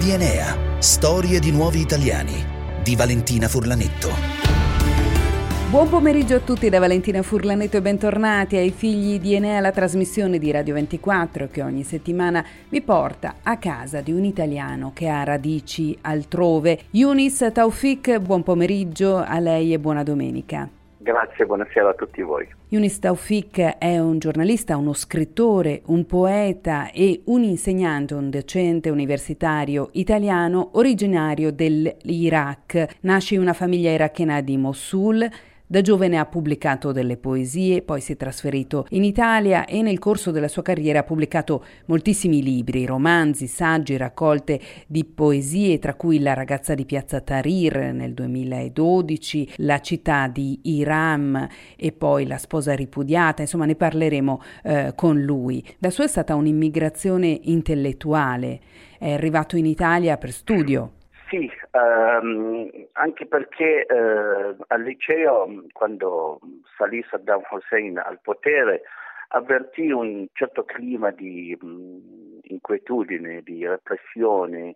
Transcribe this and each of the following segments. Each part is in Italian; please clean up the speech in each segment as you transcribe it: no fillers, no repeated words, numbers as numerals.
di Enea. Storie di nuovi italiani di Valentina Furlanetto. Buon pomeriggio a tutti da Valentina Furlanetto e bentornati ai Figli di Enea, la trasmissione di Radio 24 che ogni settimana vi porta a casa di un italiano che ha radici altrove. Younis Taoufik, buon pomeriggio a lei e buona domenica. Grazie, buonasera a tutti voi. Younis Taoufik è un giornalista, uno scrittore, un poeta e un insegnante, un docente universitario italiano originario dell'Iraq. Nasce in una famiglia irachena di Mosul. Da giovane ha pubblicato delle poesie, poi si è trasferito in Italia e nel corso della sua carriera ha pubblicato moltissimi libri, romanzi, saggi, raccolte di poesie, tra cui La ragazza di Piazza Tahrir nel 2012, La città di Iram e poi La sposa ripudiata, insomma ne parleremo con lui. La sua è stata un'immigrazione intellettuale, è arrivato in Italia per studio. Sì, anche perché al liceo, quando salì Saddam Hussein al potere, avvertì un certo clima di inquietudine, di repressione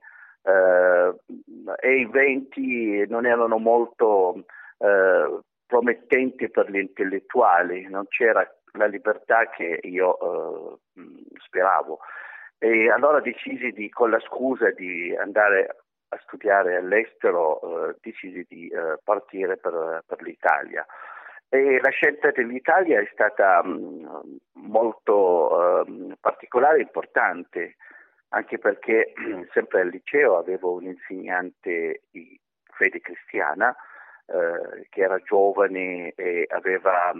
e i venti non erano molto promettenti per gli intellettuali, non c'era la libertà che io speravo. E allora decisi con la scusa di andare a studiare all'estero, decisi di partire per l'Italia. E la scelta dell'Italia è stata molto particolare e importante, anche perché sempre al liceo avevo un insegnante di fede cristiana che era giovane e aveva,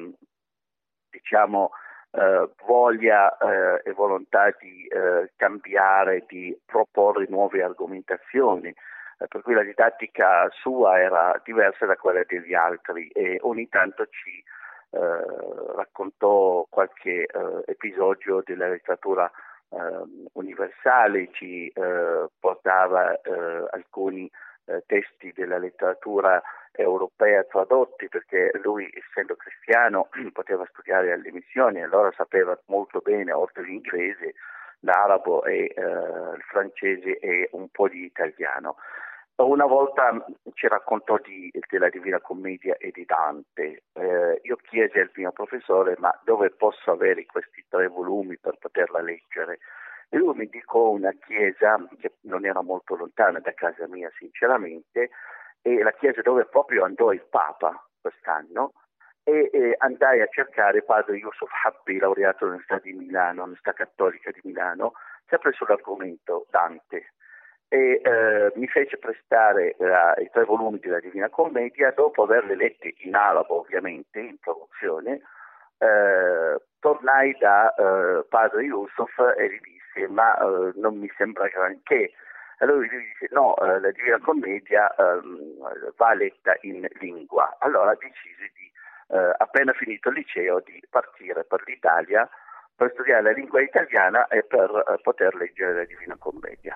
voglia e volontà di cambiare, di proporre nuove argomentazioni, per cui la didattica sua era diversa da quella degli altri e ogni tanto ci raccontò qualche episodio della letteratura universale, ci portava alcuni testi della letteratura europea tradotti, perché lui, essendo cristiano, poteva studiare alle missioni, allora sapeva molto bene, oltre l'inglese, l'arabo e il francese e un po' di italiano. Una volta ci raccontò della Divina Commedia e di Dante. Io chiesi al mio professore: ma dove posso avere questi 3 volumi per poterla leggere? E lui mi indicò una chiesa che non era molto lontana da casa mia, sinceramente, e la chiesa dove proprio andò il Papa quest'anno, e andai a cercare padre Yusuf Habbi, laureato all'Università di Milano, Università Cattolica di Milano, sempre sull'argomento Dante. E mi fece prestare i 3 volumi della Divina Commedia. Dopo averli letti in arabo, ovviamente, in traduzione, tornai da padre Yusuf e gli disse: ma non mi sembra granché. Allora lui dice: no, la Divina Commedia va letta in lingua. Allora decisi di, appena finito il liceo, di partire per l'Italia per studiare la lingua italiana e per poter leggere la Divina Commedia.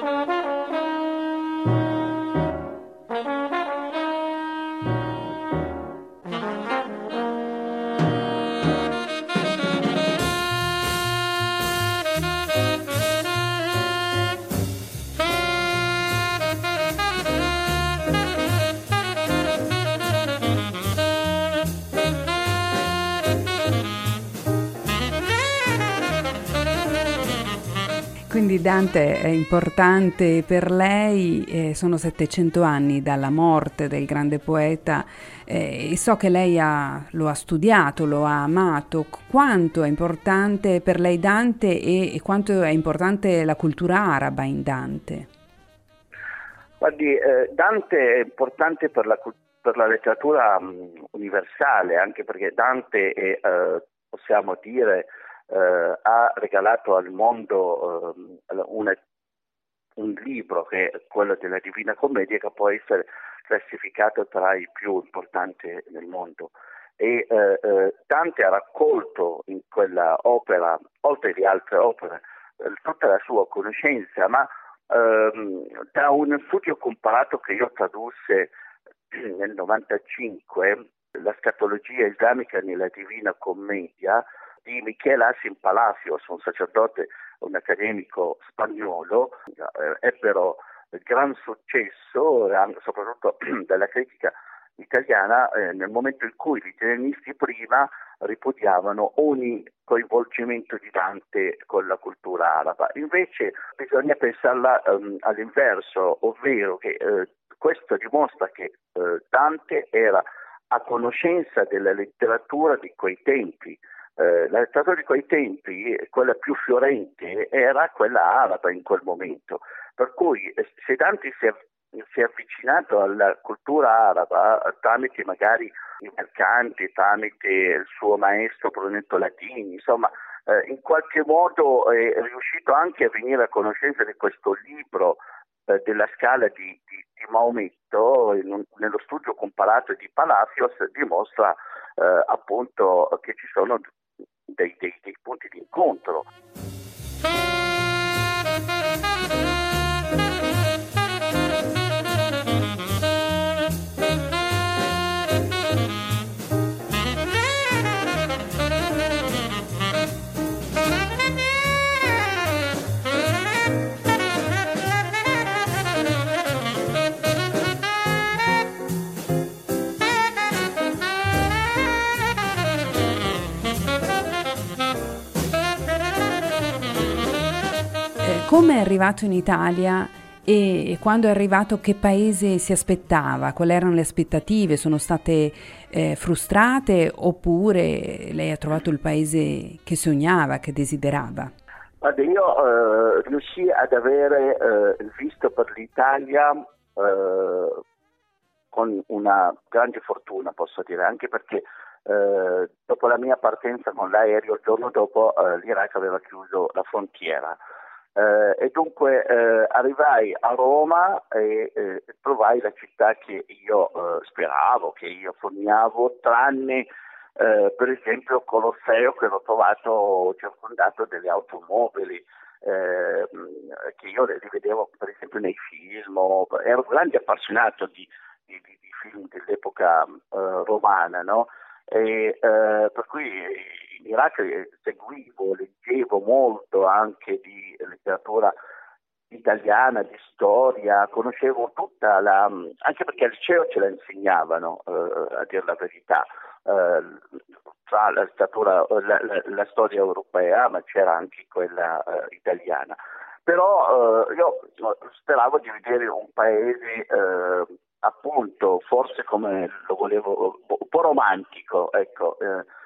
Quindi Dante è importante per lei, sono 700 anni dalla morte del grande poeta e so che lei lo ha studiato, lo ha amato. Quanto è importante per lei Dante e quanto è importante la cultura araba in Dante? Guardi, Dante è importante per la letteratura universale, anche perché Dante è, possiamo dire, ha regalato al mondo un libro che è quello della Divina Commedia, che può essere classificato tra i più importanti nel mondo. E Dante ha raccolto in quella opera, oltre alle altre opere, tutta la sua conoscenza, ma da un studio comparato che io tradusse nel 95, la scatologia islamica nella Divina Commedia, di Michel Asim Palacios, un sacerdote, un accademico spagnolo, ebbero gran successo, soprattutto dalla critica italiana, nel momento in cui gli italianisti prima ripudiavano ogni coinvolgimento di Dante con la cultura araba. Invece bisogna pensarla all'inverso, ovvero che questo dimostra che Dante era a conoscenza della letteratura di quei tempi. La letteratura di quei tempi, quella più fiorente, era quella araba in quel momento. Per cui se Dante si è avvicinato alla cultura araba tramite magari i mercanti, tramite il suo maestro Brunetto Latini, insomma, in qualche modo è riuscito anche a venire a conoscenza di questo libro della Scala di Maometto, nello studio comparato di Palacios, dimostra appunto che ci sono dei punti di incontro. Come è arrivato in Italia e quando è arrivato che paese si aspettava? Quali erano le aspettative? Sono state frustrate oppure lei ha trovato il paese che sognava, che desiderava? Guarda, io riuscii ad avere il visto per l'Italia con una grande fortuna, posso dire, anche perché dopo la mia partenza con l'aereo, il giorno dopo l'Iraq aveva chiuso la frontiera. E dunque arrivai a Roma e trovai la città che io speravo, che io sognavo, tranne per esempio Colosseo, che l'ho trovato circondato delle automobili, che io li vedevo per esempio nei film. Ero un grande appassionato di film dell'epoca romana, no? E per cui in Iraq seguivo, leggevo molto anche di letteratura italiana, di storia, conoscevo tutta anche perché al liceo ce la insegnavano, a dire la verità, tra la storia europea, ma c'era anche quella italiana. Però io speravo di vedere un paese appunto, forse come lo volevo, un po' romantico, ecco,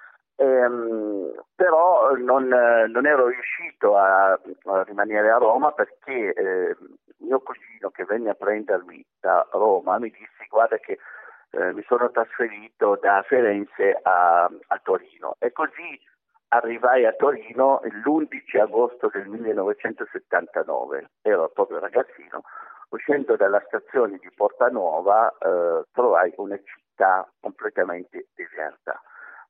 però non ero riuscito a rimanere a Roma perché mio cugino che venne a prendermi da Roma mi disse: guarda che mi sono trasferito da Firenze a Torino, e così arrivai a Torino l'11 agosto del 1979, ero proprio ragazzino. Uscendo dalla stazione di Porta Nuova trovai una città completamente deserta.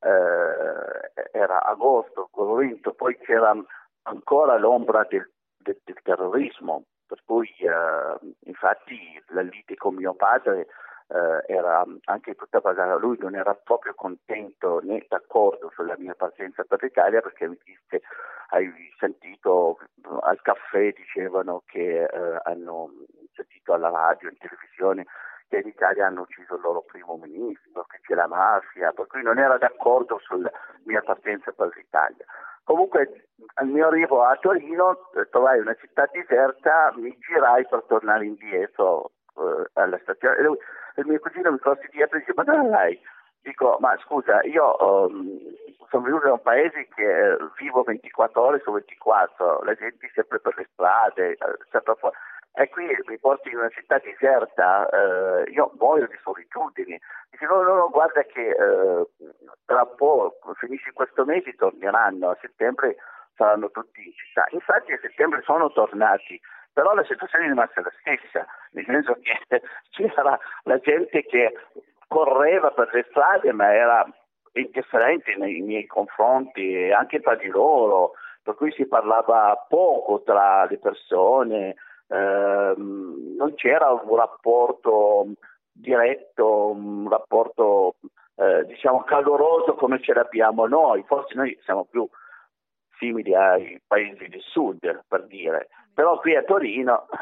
Era agosto, colorinto, poi c'era ancora l'ombra del terrorismo, per cui infatti la lite con mio padre era anche tutta basata. Lui non era proprio contento né d'accordo sulla mia partenza per l'Italia, perché mi disse: hai sentito al caffè, dicevano che hanno sentito alla radio, in televisione, che in Italia hanno ucciso il loro primo ministro, che c'è la mafia, per cui non era d'accordo sulla mia partenza per l'Italia. Comunque al mio arrivo a Torino trovai una città deserta, mi girai per tornare indietro alla stazione, e il mio cugino mi corse dietro e dice: ma dove vai? Dico: ma scusa, io sono venuto da un paese che vivo 24 ore su 24, la gente è sempre per le strade, sempre fuori. E qui mi porti in una città deserta, io muoio di solitudine. Dice: no, guarda che tra un po', finisci questo mese, torneranno, a settembre saranno tutti in città. Infatti a settembre sono tornati, però la situazione è rimasta la stessa, nel senso che c'era la gente che correva per le strade ma era indifferente nei miei confronti e anche tra di loro, per cui si parlava poco tra le persone. Non c'era un rapporto diretto, un rapporto diciamo caloroso come ce l'abbiamo noi. Forse noi siamo più simili ai paesi del sud, per dire, però qui a Torino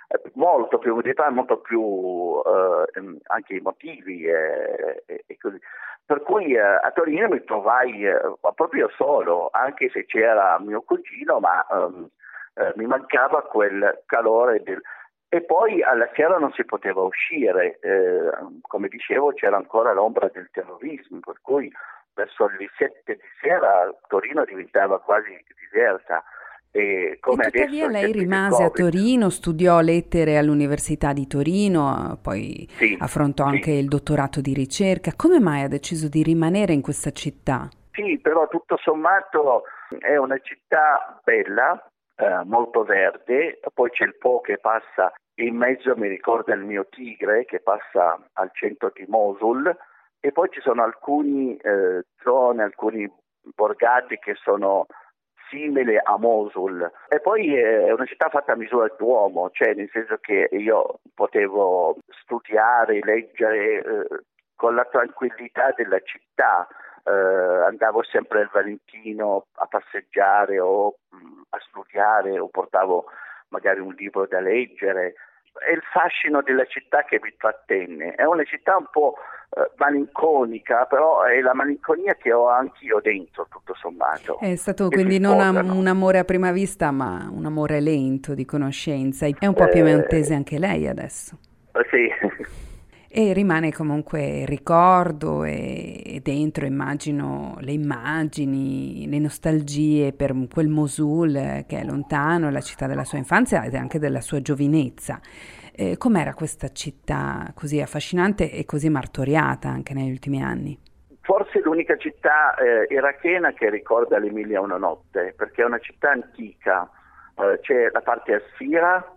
molto più militari, molto più anche emotivi e così. Per cui a Torino mi trovai proprio solo, anche se c'era mio cugino, ma mi mancava quel calore e poi alla sera non si poteva uscire, come dicevo c'era ancora l'ombra del terrorismo, per cui verso le 7 di sera Torino diventava quasi deserta. E come tuttavia adesso lei rimase a Torino, studiò lettere all'Università di Torino, poi sì, affrontò anche il dottorato di ricerca. Come mai ha deciso di rimanere in questa città? Sì, però tutto sommato è una città bella, molto verde, poi c'è il Po che passa in mezzo, mi ricorda il mio Tigre che passa al centro di Mosul, e poi ci sono alcune zone, alcuni borgati che sono simili a Mosul, e poi è una città fatta a misura d'uomo, cioè nel senso che io potevo studiare, leggere con la tranquillità della città. Andavo sempre al Valentino a passeggiare o a studiare, o portavo magari un libro da leggere. È il fascino della città che mi trattenne. È una città un po' malinconica, però è la malinconia che ho anch'io dentro, tutto sommato. È stato quindi non un amore a prima vista, ma un amore lento di conoscenza. È un po' piemontese anche lei adesso. Sì. E rimane comunque il ricordo e dentro immagino le immagini, le nostalgie per quel Mosul che è lontano, la città della sua infanzia ed anche della sua giovinezza. Com'era questa città così affascinante e così martoriata anche negli ultimi anni? Forse l'unica città irachena che ricorda l'Emilia una notte, perché è una città antica, c'è la parte Asfira,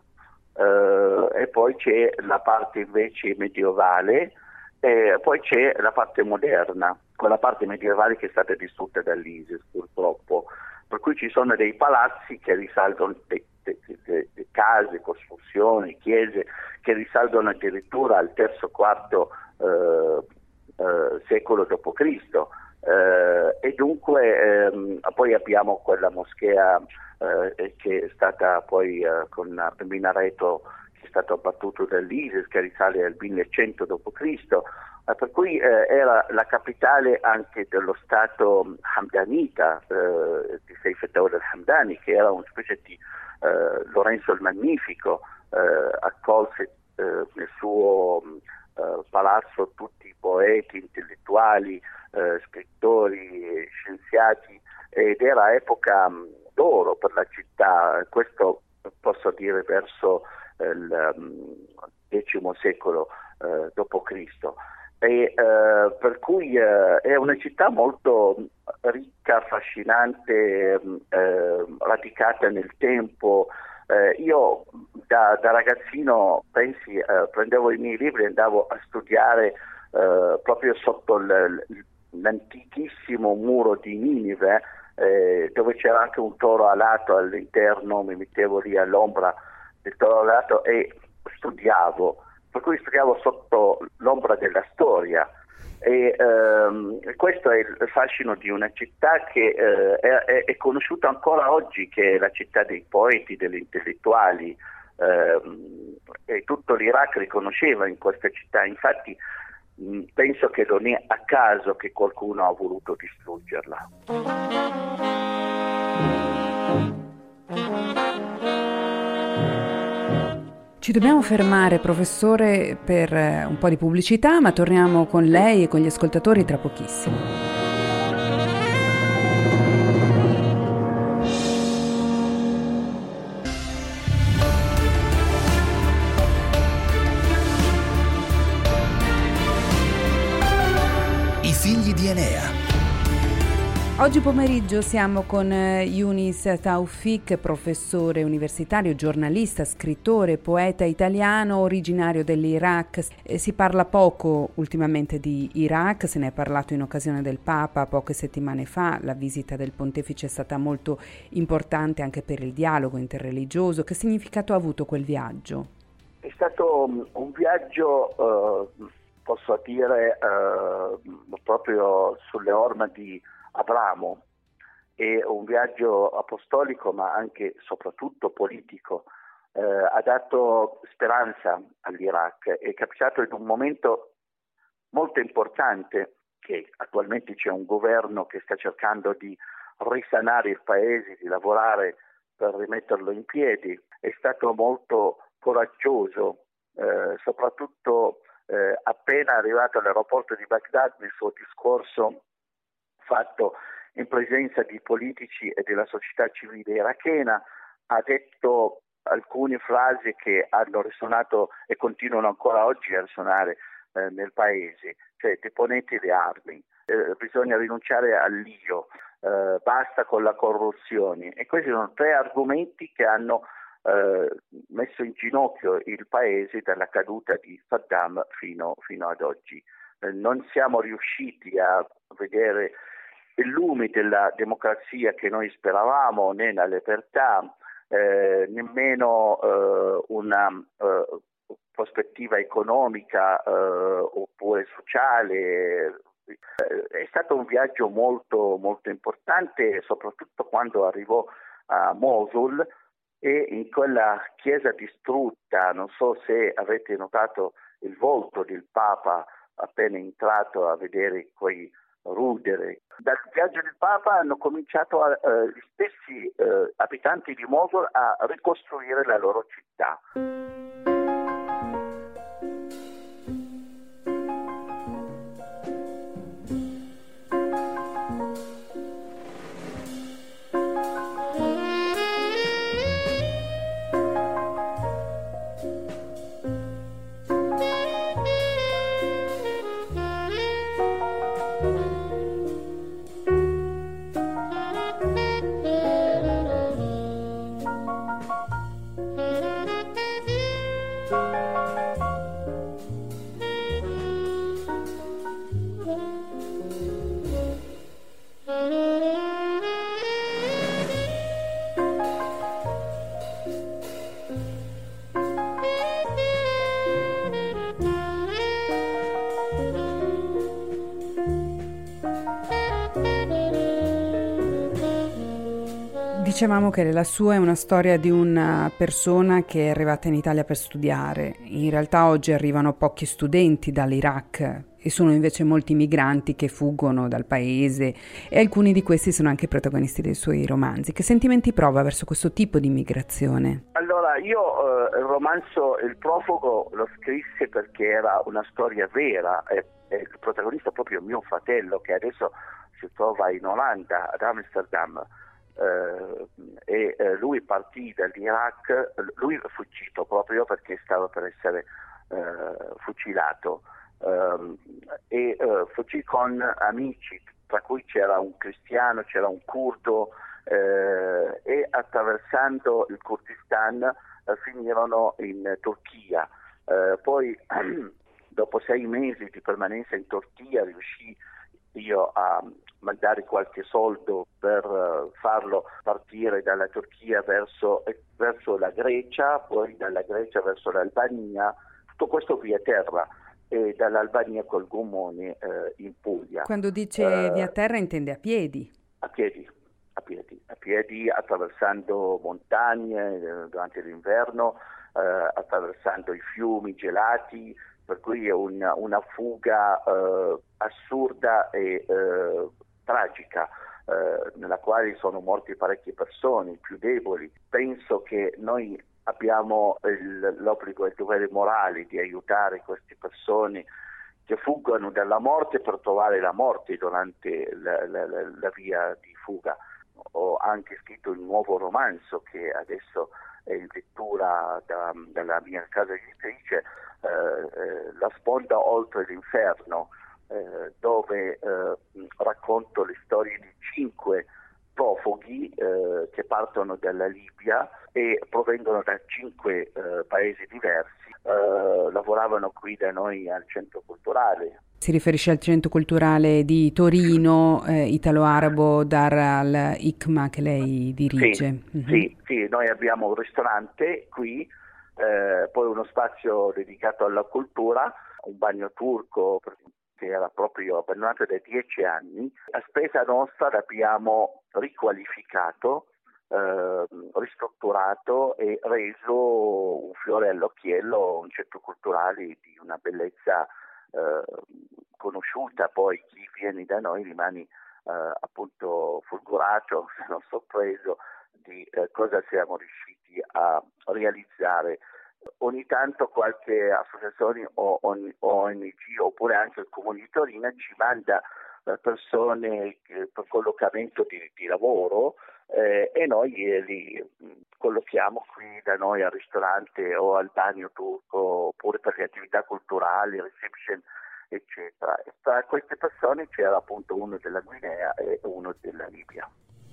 e poi c'è la parte invece medievale, e poi c'è la parte moderna, quella parte medievale che è stata distrutta dall'ISIS purtroppo, per cui ci sono dei palazzi che risalgono, case, costruzioni, chiese che risalgono addirittura al III-IV secolo d.C. E dunque poi abbiamo quella moschea che è stata poi con il minareto che è stato abbattuto dall'ISIS, che risale al 1100 d.C., per cui era la capitale anche dello stato hamdanita di Saif ad-Dawla al-Hamdani, che era una specie di Lorenzo il Magnifico. Accolse nel suo palazzo tutti i poeti, intellettuali, scrittori, scienziati, ed era epoca d'oro per la città. Questo posso dire verso il X secolo d.C. E per cui è una città molto ricca, affascinante, radicata nel tempo. Io da ragazzino, pensi, prendevo i miei libri e andavo a studiare proprio sotto l'antichissimo muro di Ninive, dove c'era anche un toro alato all'interno. Mi mettevo lì all'ombra del toro alato e studiavo, per cui studiavo sotto l'ombra della storia. E questo è il fascino di una città che è conosciuta ancora oggi, che è la città dei poeti, degli intellettuali, e tutto l'Iraq riconosceva in questa città. Infatti penso che non è a caso che qualcuno ha voluto distruggerla. Ci dobbiamo fermare, professore, per un po' di pubblicità, ma torniamo con lei e con gli ascoltatori tra pochissimo. I figli di Enea. Oggi pomeriggio siamo con Younis Tawfik, professore universitario, giornalista, scrittore, poeta italiano originario dell'Iraq. Si parla poco ultimamente di Iraq, se ne è parlato in occasione del Papa poche settimane fa. La visita del pontefice è stata molto importante anche per il dialogo interreligioso. Che significato ha avuto quel viaggio? È stato un viaggio, posso dire, proprio sulle orme di Abramo. È un viaggio apostolico, ma anche soprattutto politico. ha dato speranza all'Iraq. È capitato in un momento molto importante, che attualmente c'è un governo che sta cercando di risanare il paese, di lavorare per rimetterlo in piedi. È stato molto coraggioso, soprattutto appena arrivato all'aeroporto di Baghdad, nel suo discorso fatto in presenza di politici e della società civile irachena, ha detto alcune frasi che hanno risuonato e continuano ancora oggi a risuonare nel paese, cioè deponete le armi, bisogna rinunciare all'io, basta con la corruzione, e questi sono 3 argomenti che hanno messo in ginocchio il paese dalla caduta di Saddam fino ad oggi. Non siamo riusciti a vedere il lume della democrazia che noi speravamo, né la libertà, nemmeno una prospettiva economica oppure sociale. È stato un viaggio molto, molto importante, soprattutto quando arrivò a Mosul e in quella chiesa distrutta, non so se avete notato il volto del Papa appena entrato a vedere quei rudere. Dal viaggio del Papa hanno cominciato gli stessi abitanti di Mosul a ricostruire la loro città. Dicevamo che la sua è una storia di una persona che è arrivata in Italia per studiare. In realtà oggi arrivano pochi studenti dall'Iraq e sono invece molti migranti che fuggono dal paese, e alcuni di questi sono anche protagonisti dei suoi romanzi. Che sentimenti prova verso questo tipo di migrazione? Allora, io il romanzo Il profugo lo scrissi perché era una storia vera, e il protagonista è proprio mio fratello, che adesso si trova in Olanda, ad Amsterdam. Lui partì dall'Iraq, lui è fuggito proprio perché stava per essere fucilato, fuggì con amici, tra cui c'era un cristiano, c'era un curdo, e attraversando il Kurdistan finirono in Turchia. Poi dopo 6 mesi di permanenza in Turchia riuscì io a mandare qualche soldo per farlo partire dalla Turchia verso la Grecia, poi dalla Grecia verso l'Albania, tutto questo via terra, e dall'Albania col gommone in Puglia. Quando dice via terra intende a piedi? A piedi, attraversando montagne durante l'inverno, attraversando i fiumi gelati, per cui è una fuga assurda e tragica, nella quale sono morte parecchie persone, i più deboli. Penso che noi abbiamo l'obbligo e il dovere morale di aiutare queste persone che fuggono dalla morte per trovare la morte durante la via di fuga. Ho anche scritto un nuovo romanzo che adesso è in lettura dalla mia casa editrice, La sponda oltre l'inferno, dove racconto le storie di 5 profughi che partono dalla Libia e provengono da 5 paesi diversi. Lavoravano qui da noi al Centro Culturale. Si riferisce al Centro Culturale di Torino, italo-arabo Dar al-Hikma, che lei dirige. Sì, noi abbiamo un ristorante qui, poi uno spazio dedicato alla cultura, un bagno turco che era proprio abbandonato da 10 anni. A spesa nostra l'abbiamo riqualificato, ristrutturato e reso un fiore all'occhiello, un centro culturale di una bellezza conosciuta. Poi chi viene da noi rimane appunto folgorato, se non sorpreso, di cosa siamo riusciti a realizzare. Ogni tanto qualche associazione o ONG oppure anche il Comune di Torino ci manda persone per collocamento di lavoro e noi li collochiamo qui da noi al ristorante o al bagno turco oppure per le attività culturali, reception, eccetera. E tra queste persone c'era appunto uno della Guinea e uno della Libia.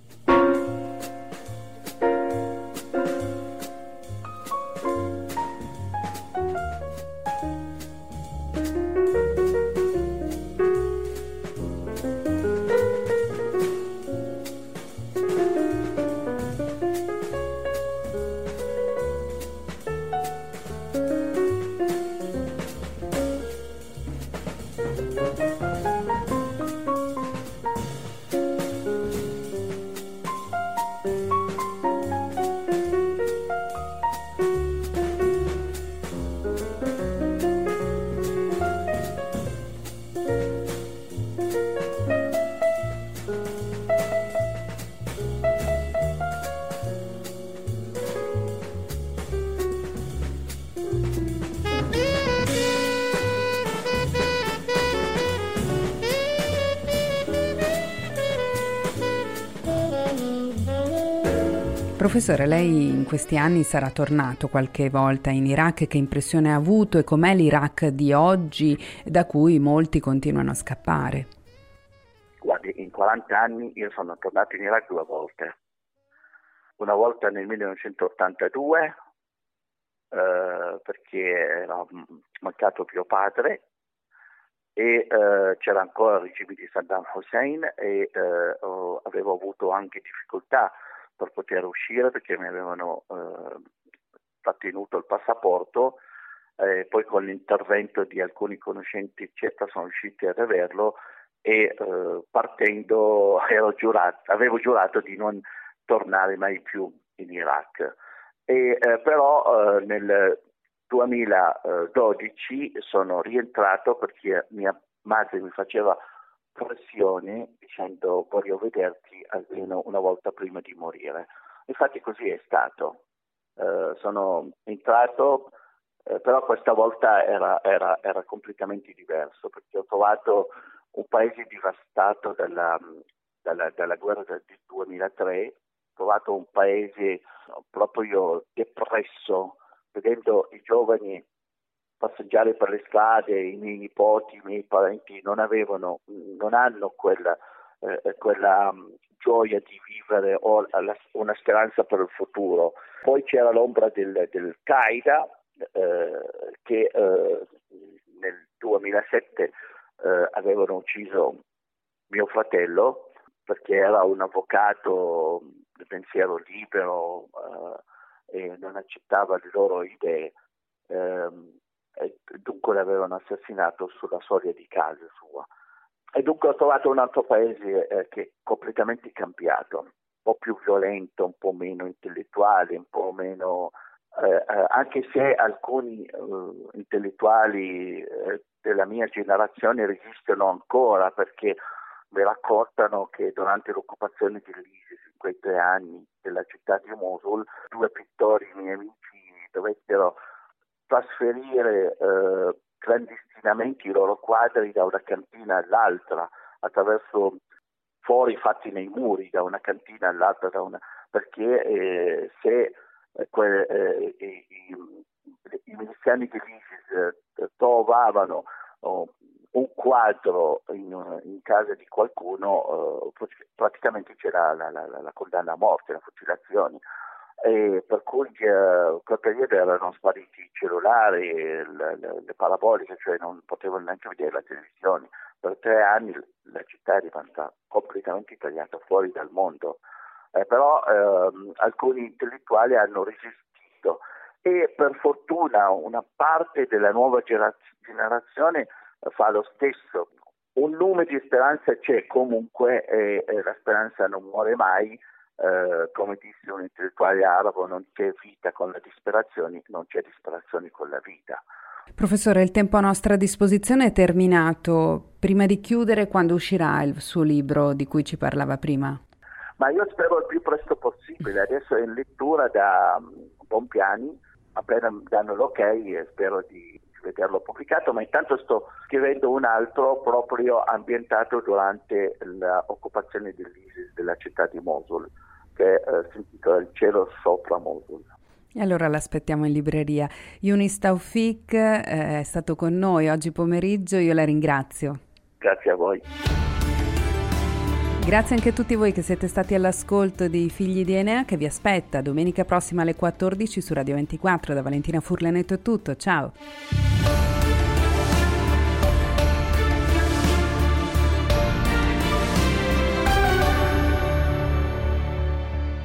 Professore, lei in questi anni sarà tornato qualche volta in Iraq. Che impressione ha avuto e com'è l'Iraq di oggi, da cui molti continuano a scappare? Guardi, in 40 anni io sono tornato in Iraq 2 volte. Una volta nel 1982 perché era mancato mio padre e c'era ancora il regime di Saddam Hussein e avevo avuto anche difficoltà per poter uscire perché mi avevano trattenuto il passaporto, poi con l'intervento di alcuni conoscenti eccetera sono riusciti ad averlo e partendo avevo giurato di non tornare mai più in Iraq. Però nel 2012 sono rientrato perché mia madre mi faceva pressione dicendo voglio vederti almeno una volta prima di morire. Infatti così è stato. Sono entrato, però questa volta era completamente diverso perché ho trovato un paese devastato dalla guerra del 2003, ho trovato un paese proprio depresso, vedendo i giovani passeggiare per le strade, i miei nipoti, i miei parenti non hanno quella gioia di vivere o una speranza per il futuro. Poi c'era l'ombra del Qaeda che nel 2007 avevano ucciso mio fratello perché era un avvocato del pensiero libero e non accettava le loro idee. E dunque l'avevano assassinato sulla soglia di casa sua. E dunque ho trovato un altro paese che è completamente cambiato, un po' più violento, un po' meno intellettuale, un po' meno anche se alcuni intellettuali della mia generazione resistono ancora perché mi raccontano che durante l'occupazione dell'ISIS in quei 3 anni della città di Mosul 2 pittori miei amici dovettero trasferire clandestinamente i loro quadri da una cantina all'altra attraverso fori fatti nei muri da una cantina all'altra perché se i miliziani dell'ISIS trovavano un quadro in casa di qualcuno praticamente c'era la condanna a morte, la fucilazione. E per cui quel periodo erano spariti i cellulari, le paraboliche, cioè non potevano neanche vedere la televisione. Per 3 anni la città è rimasta completamente tagliata fuori dal mondo, però alcuni intellettuali hanno resistito e per fortuna una parte della nuova generazione fa lo stesso. Un lume di speranza c'è comunque e la speranza non muore mai. come disse un intellettuale arabo, non c'è vita con la disperazione, non c'è disperazione con la vita. Professore, il tempo a nostra disposizione è terminato. Prima di chiudere, quando uscirà il suo libro di cui ci parlava prima? Ma io spero il più presto possibile, adesso è in lettura da Bompiani, appena danno l'ok e spero di vederlo pubblicato, ma intanto sto scrivendo un altro proprio ambientato durante l'occupazione dell'ISIS della città di Mosul, che si intitola Il cielo sopra Mosul. E allora l'aspettiamo in libreria. Younis Tawfik è stato con noi oggi pomeriggio, io la ringrazio. Grazie a voi. Grazie anche a tutti voi che siete stati all'ascolto di Figli di Enea, che vi aspetta domenica prossima alle 14 su Radio 24. Da Valentina Furlanetto è tutto, ciao!